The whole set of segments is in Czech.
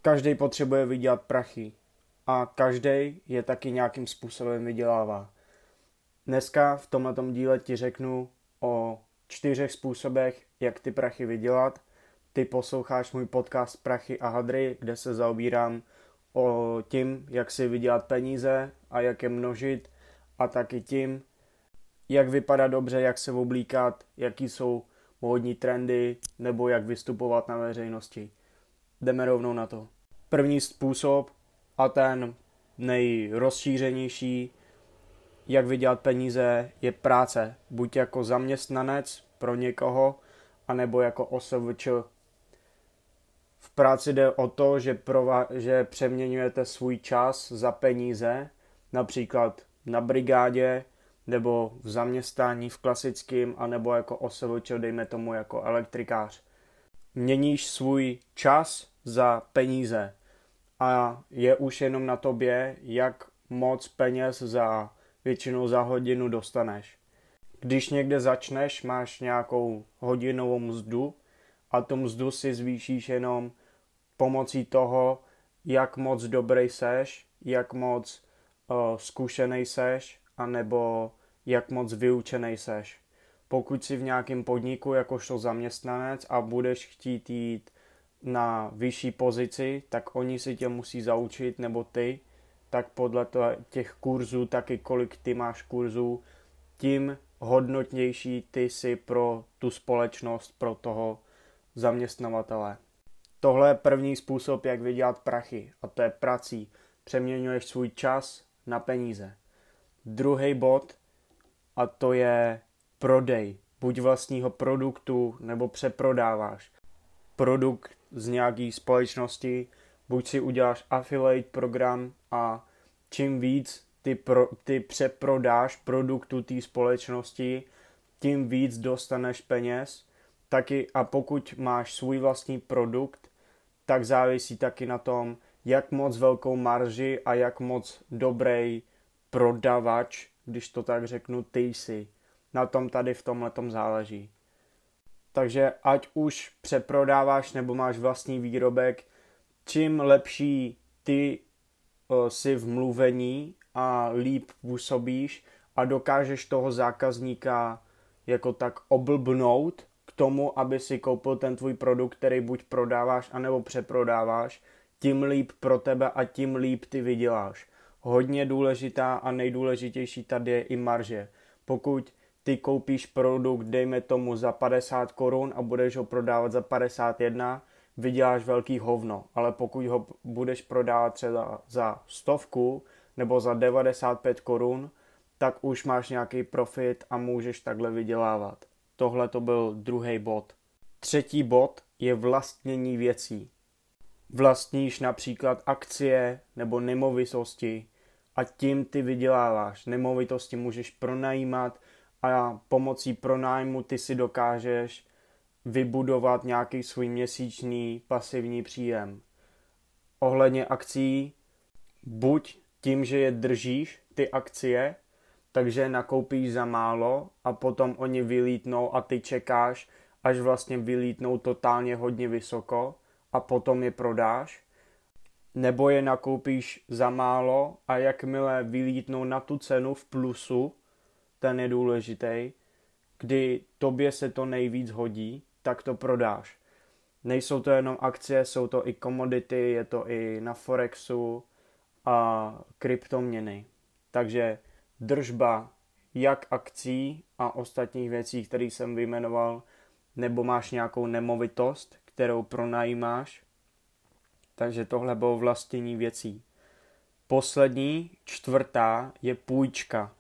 Každý potřebuje vydělat prachy a každý je taky nějakým způsobem vydělává. Dneska v tomto díle ti řeknu o 4 způsobech, jak ty prachy vydělat. Ty posloucháš můj podcast Prachy a hadry, kde se zaobírám o tím, jak si vydělat peníze a jak je množit a taky tím, jak vypadat dobře, jak se oblíkat, jaký jsou módní trendy nebo jak vystupovat na veřejnosti. Jdeme rovnou na to. První způsob a ten nejrozšířenější, jak vydělat peníze, je práce. Buď jako zaměstnanec pro někoho, anebo jako OSVČ. V práci jde o to, že přeměňujete svůj čas za peníze, například na brigádě, nebo v zaměstnání v klasickém, anebo jako OSVČ, dejme tomu jako elektrikář. Měníš svůj čas za peníze a je už jenom na tobě, jak moc peněz většinou za hodinu dostaneš. Když někde začneš, máš nějakou hodinovou mzdu a tu mzdu si zvýšíš jenom pomocí toho, jak moc dobrý seš, jak moc zkušenej seš, anebo jak moc vyučenej seš. Pokud jsi v nějakém podniku jakožto zaměstnanec a budeš chtít jít na vyšší pozici, tak oni si tě musí zaučit, nebo ty, tak podle těch kurzů, taky kolik ty máš kurzů, tím hodnotnější ty jsi pro tu společnost, pro toho zaměstnavatele. Tohle je první způsob, jak vydělat prachy, a to je prací. Přeměňuješ svůj čas na peníze. Druhý bod, a to je prodej. Buď vlastního produktu, nebo přeprodáváš produkt z nějaké společnosti, buď si uděláš affiliate program a čím víc ty přeprodáš produktu té společnosti, tím víc dostaneš peněz. Taky, a pokud máš svůj vlastní produkt, tak závisí taky na tom, jak moc velkou marži a jak moc dobrý prodavač, když to tak řeknu, ty jsi. Na tom tady v tomhletom záleží. Takže ať už přeprodáváš nebo máš vlastní výrobek, čím lepší ty jsi v mluvení a líp působíš a dokážeš toho zákazníka jako tak oblbnout k tomu, aby si koupil ten tvůj produkt, který buď prodáváš, anebo přeprodáváš, tím líp pro tebe a tím líp ty vyděláš. Hodně důležitá a nejdůležitější tady je i marže. Pokud ty koupíš produkt, dejme tomu za 50 korun a budeš ho prodávat za 51, vyděláš velký hovno. Ale pokud ho budeš prodávat třeba za 100 nebo za 95 korun, tak už máš nějaký profit a můžeš takhle vydělávat. Tohle to byl druhý bod. Třetí bod je vlastnění věcí. Vlastníš například akcie nebo nemovitosti a tím ty vyděláváš. Nemovitosti můžeš pronajímat a pomocí pronájmu ty si dokážeš vybudovat nějaký svůj měsíční pasivní příjem. Ohledně akcí, buď tím, že je držíš, ty akcie, takže nakoupíš za málo a potom oni vylítnou a ty čekáš, až vlastně vylítnou totálně hodně vysoko a potom je prodáš. Nebo je nakoupíš za málo a jakmile vylítnou na tu cenu v plusu, ten je důležitý, kdy tobě se to nejvíc hodí, tak to prodáš. Nejsou to jenom akcie, jsou to i komodity, je to i na Forexu a kryptoměny. Takže držba jak akcí a ostatních věcí, které jsem vyjmenoval, nebo máš nějakou nemovitost, kterou pronajímáš. Takže tohle bylo vlastnění věcí. Poslední, čtvrtá, je půjčka.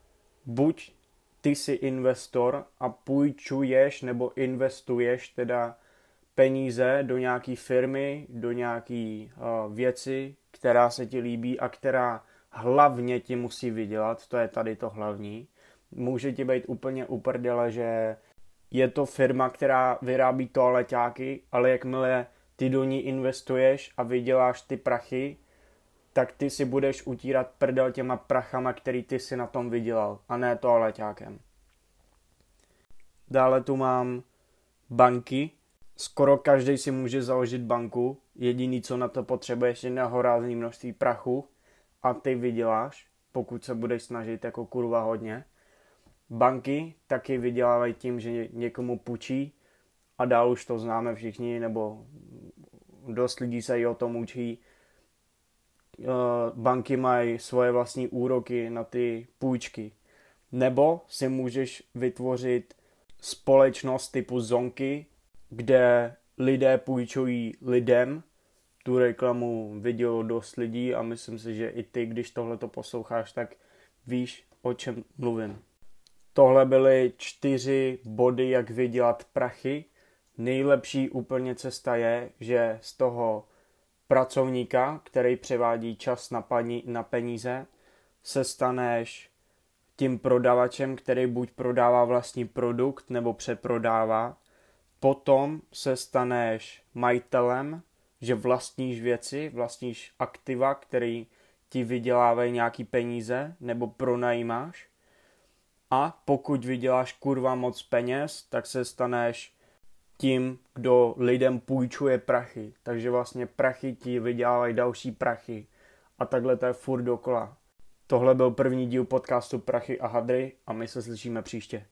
Buď ty jsi investor a půjčuješ nebo investuješ teda peníze do nějaký firmy, do nějaký věci, která se ti líbí a která hlavně ti musí vydělat, to je tady to hlavní. Může ti být úplně uprdele, že je to firma, která vyrábí toaleťáky, ale jakmile ty do ní investuješ a vyděláš ty prachy, tak ty si budeš utírat prdel těma prachama, který ty si na tom vydělal, a ne toaleťákem. Dále tu mám banky. Skoro každý si může založit banku. Jediný, co na to potřebuješ, je nehorázný množství prachu a ty vyděláš, pokud se budeš snažit jako kurva hodně. Banky taky vydělávají tím, že někomu půjčí a dál už to známe všichni, nebo dost lidí se i o tom učí. Banky mají svoje vlastní úroky na ty půjčky. Nebo si můžeš vytvořit společnost typu Zonky, kde lidé půjčují lidem. Tu reklamu vidělo dost lidí a myslím si, že i ty, když tohleto posloucháš, tak víš, o čem mluvím. Tohle byly 4 body, jak vydělat prachy. Nejlepší úplně cesta je, že z toho pracovníka, který převádí čas na peníze, se staneš tím prodavačem, který buď prodává vlastní produkt nebo přeprodává. Potom se staneš majitelem, že vlastníš věci, vlastníš aktiva, který ti vydělávají nějaký peníze nebo pronajímáš. A pokud vyděláš kurva moc peněz, tak se staneš tím, kdo lidem půjčuje prachy. Takže vlastně prachy ti vydělávají další prachy. A takhle to je furt dokola. Tohle byl první díl podcastu Prachy a hadry a my se slyšíme příště.